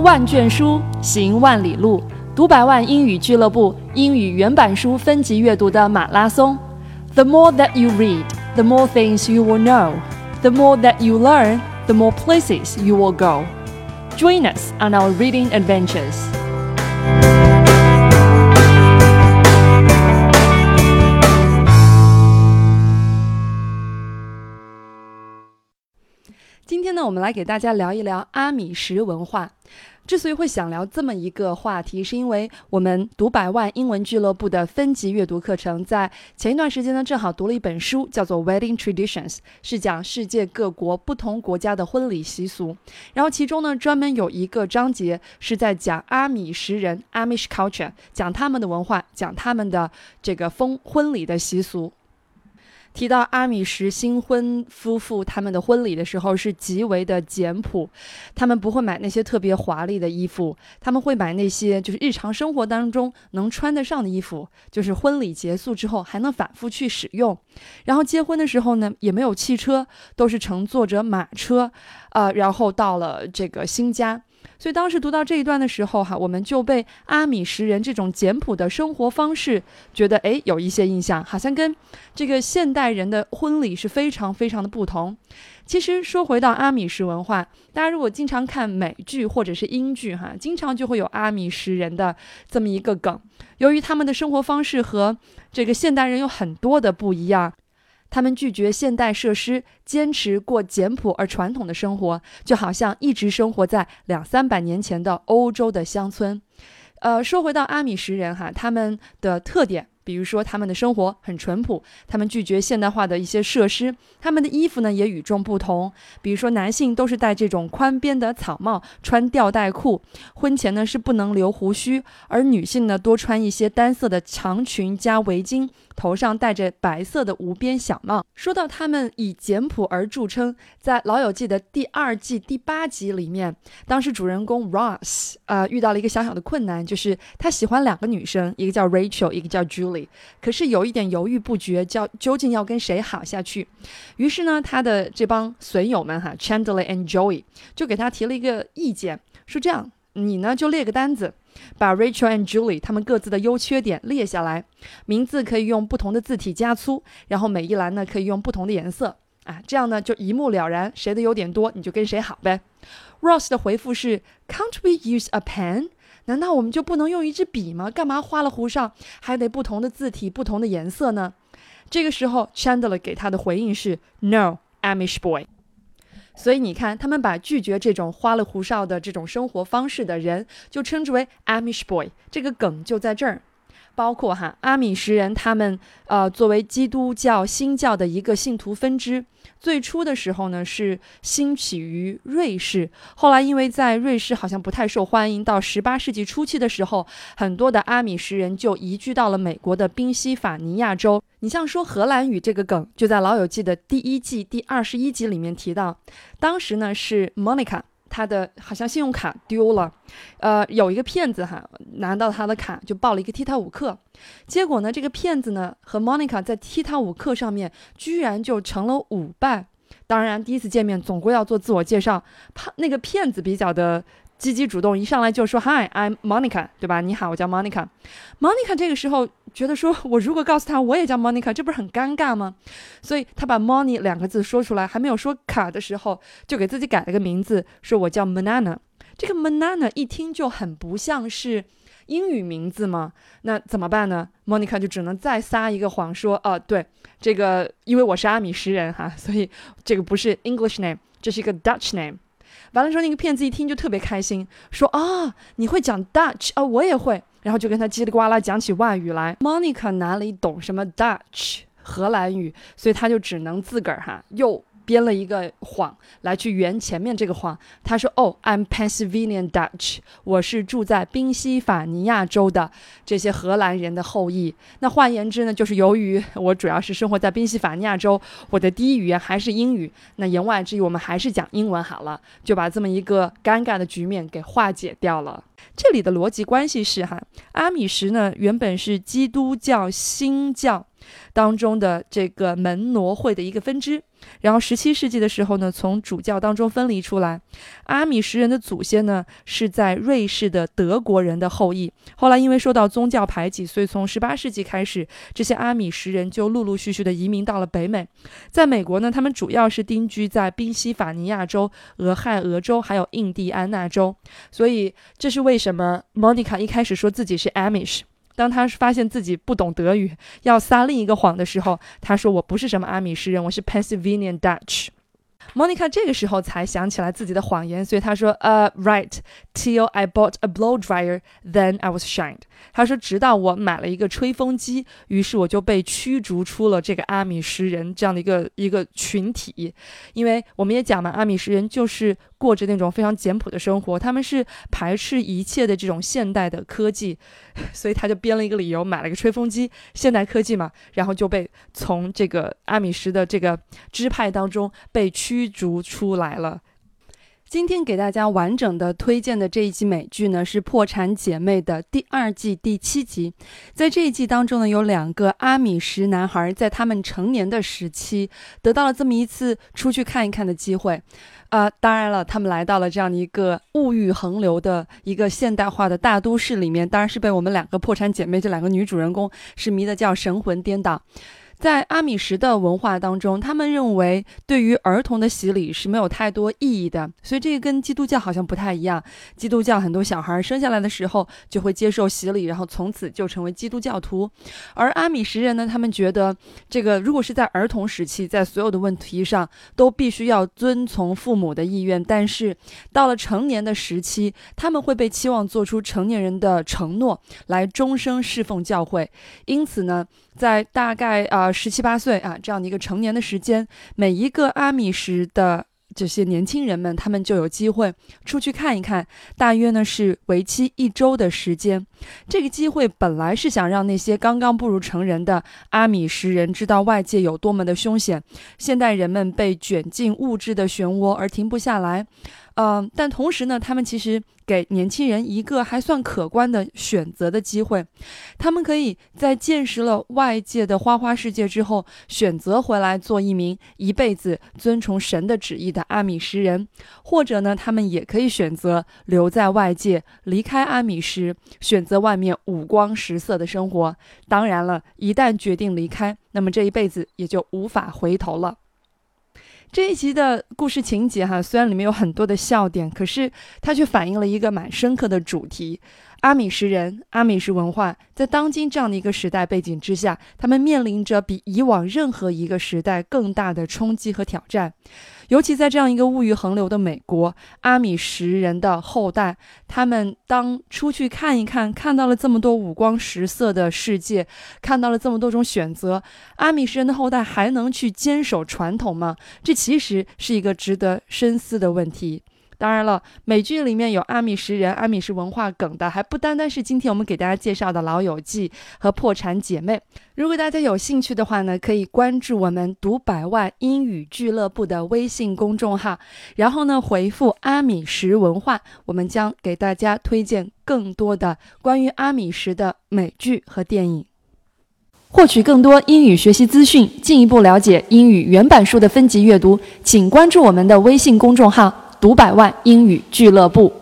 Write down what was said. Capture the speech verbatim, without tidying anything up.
万卷书，行万里路，读百万英语俱乐部英语原版书分级阅读的马拉松。The more that you read, the more things you will know. The more that you learn, the more places you will go. Join us on our reading adventures. 今天呢，我们来给大家聊一聊阿米什文化。之所以会想聊这么一个话题，是因为我们读百万英文俱乐部的分级阅读课程，在前一段时间呢，正好读了一本书，叫做 Wedding Traditions， 是讲世界各国不同国家的婚礼习俗。然后其中呢，专门有一个章节是在讲阿米什人 Amish culture， 讲他们的文化，讲他们的这个婚婚礼的习俗。提到阿米什新婚夫妇他们的婚礼的时候是极为的简朴，他们不会买那些特别华丽的衣服，他们会买那些就是日常生活当中能穿得上的衣服，就是婚礼结束之后还能反复去使用。然后结婚的时候呢，也没有汽车，都是乘坐着马车，呃，然后到了这个新家。所以当时读到这一段的时候哈，我们就被阿米什人这种简朴的生活方式觉得诶有一些印象，好像跟这个现代人的婚礼是非常非常的不同。其实说回到阿米什文化，大家如果经常看美剧或者是英剧哈，经常就会有阿米什人的这么一个梗。由于他们的生活方式和这个现代人有很多的不一样，他们拒绝现代设施，坚持过简朴而传统的生活，就好像一直生活在两三百年前的欧洲的乡村。呃，说回到阿米什人哈，他们的特点，比如说他们的生活很淳朴，他们拒绝现代化的一些设施，他们的衣服呢也与众不同，比如说男性都是戴这种宽边的草帽，穿吊带裤，婚前呢是不能留胡须，而女性呢多穿一些单色的长裙加围巾，头上戴着白色的无边小帽。说到他们以简朴而著称，在《老友记》的第二季第八集里面，当时主人公 Ross 呃遇到了一个小小的困难，就是他喜欢两个女生，一个叫 Rachel， 一个叫 Julie， 可是有一点犹豫不决，叫究竟要跟谁好下去。于是呢，他的这帮损友们哈 Chandler and Joey 就给他提了一个意见，说这样你呢就列个单子，把 Rachel and Julie 他们各自的优缺点列下来，名字可以用不同的字体加粗，然后每一栏呢可以用不同的颜色啊，这样呢就一目了然，谁的优点多你就跟谁好呗。 Ross 的回复是 Can't we use a pen？ 难道我们就不能用一支笔吗？干嘛花里胡哨还得不同的字体不同的颜色呢？这个时候 Chandler 给他的回应是 No Amish boy。所以你看，他们把拒绝这种花里胡哨的这种生活方式的人就称之为 Amish boy， 这个梗就在这儿。包括哈阿米什人，他们呃作为基督教新教的一个信徒分支，最初的时候呢是兴起于瑞士，后来因为在瑞士好像不太受欢迎，到十八世纪初期的时候，很多的阿米什人就移居到了美国的宾夕法尼亚州。你像说荷兰语这个梗，就在老友记的第一季第二十一集里面提到，当时呢是 Monica他的好像信用卡丢了，呃，有一个骗子哈拿到他的卡就报了一个踢踏舞课，结果呢这个骗子呢和 Monica 在踢踏舞课上面居然就成了舞伴。当然第一次见面总归要做自我介绍，怕那个骗子比较的积极主动，一上来就说 Hi I'm Monica， 对吧？你好，我叫 Monica。 Monica 这个时候觉得说，我如果告诉他我也叫 Monica， 这不是很尴尬吗？所以他把 Money 两个字说出来，还没有说卡的时候就给自己改了个名字，说我叫 Manana。 这个 Manana 一听就很不像是英语名字嘛，那怎么办呢？ Monica 就只能再撒一个谎说哦、呃，对，这个因为我是阿米什人哈，所以这个不是 English name， 这是一个 Dutch name。完了之后，那个骗子一听就特别开心，说啊，你会讲 Dutch 啊，我也会，然后就跟他叽里呱啦讲起外语来。Monica 哪里懂什么 Dutch 荷兰语，所以他就只能自个儿哈又编了一个谎来去圆前面这个谎。他说哦 I'm Pennsylvania Dutch， 我是住在宾夕法尼亚州的这些荷兰人的后裔。那换言之呢，就是由于我主要是生活在宾夕法尼亚州，我的第一语言还是英语，那言外之意我们还是讲英文好了，就把这么一个尴尬的局面给化解掉了。 这里的逻辑关系是哈，阿米什呢原本是基督教新教当中的这个门挪会的一个分支，然后十七世纪的时候呢，从主教当中分离出来。阿米什人的祖先呢是在瑞士的德国人的后裔，后来因为受到宗教排挤，所以从十八世纪开始，这些阿米什人就陆陆续续的移民到了北美。在美国呢，他们主要是定居在宾夕法尼亚州、俄亥俄州还有印第安纳州。所以这是为什么 Monica 一开始说自己是 Amish，当他发现自己不懂德语要撒另一个谎的时候，他说我不是什么阿米什人，我是 Pennsylvania Dutch。 Monica 这个时候才想起来自己的谎言，所以他说呃、uh, right till I bought a blow dryer then I was shined。 他说直到我买了一个吹风机，于是我就被驱逐出了这个阿米什人这样的一个一个群体。因为我们也讲嘛，阿米什人就是过着那种非常简朴的生活，他们是排斥一切的这种现代的科技，所以他就编了一个理由买了个吹风机，现代科技嘛，然后就被从这个阿米什的这个支派当中被驱逐出来了。今天给大家完整的推荐的这一集美剧呢，是《破产姐妹》的第二季第七集。在这一季当中呢，有两个阿米什男孩在他们成年的时期得到了这么一次出去看一看的机会。呃，当然了，他们来到了这样的一个物欲横流的一个现代化的大都市里面，当然是被我们两个破产姐妹这两个女主人公是迷得叫神魂颠倒。在阿米什的文化当中，他们认为对于儿童的洗礼是没有太多意义的，所以这个跟基督教好像不太一样。基督教很多小孩生下来的时候就会接受洗礼，然后从此就成为基督教徒。而阿米什人呢，他们觉得这个如果是在儿童时期，在所有的问题上都必须要遵从父母的意愿，但是到了成年的时期，他们会被期望做出成年人的承诺，来终生侍奉教会。因此呢，在大概啊十七八岁啊这样的一个成年的时间，每一个阿米什的这些年轻人们，他们就有机会出去看一看，大约呢是为期一周的时间。这个机会本来是想让那些刚刚步入成人的阿米什人知道外界有多么的凶险，现代人们被卷进物质的漩涡而停不下来。嗯、呃，但同时呢，他们其实给年轻人一个还算可观的选择的机会，他们可以在见识了外界的花花世界之后，选择回来做一名一辈子遵从神的旨意的阿米什人，或者呢，他们也可以选择留在外界，离开阿米什，选择外面五光十色的生活。当然了，一旦决定离开，那么这一辈子也就无法回头了。这一集的故事情节哈，虽然里面有很多的笑点，可是它却反映了一个蛮深刻的主题。阿米什人、阿米什文化在当今这样的一个时代背景之下，他们面临着比以往任何一个时代更大的冲击和挑战。尤其在这样一个物欲横流的美国，阿米什人的后代，他们当出去看一看，看到了这么多五光十色的世界，看到了这么多种选择，阿米什人的后代还能去坚守传统吗？这其实是一个值得深思的问题。当然了，美剧里面有阿米什人、阿米什文化梗的，还不单单是今天我们给大家介绍的《老友记》和《破产姐妹》。如果大家有兴趣的话呢，可以关注我们读百万英语俱乐部的微信公众号，然后呢回复阿米什文化，我们将给大家推荐更多的关于阿米什的美剧和电影。获取更多英语学习资讯，进一步了解英语原版书的分级阅读，请关注我们的微信公众号读百万英语俱乐部。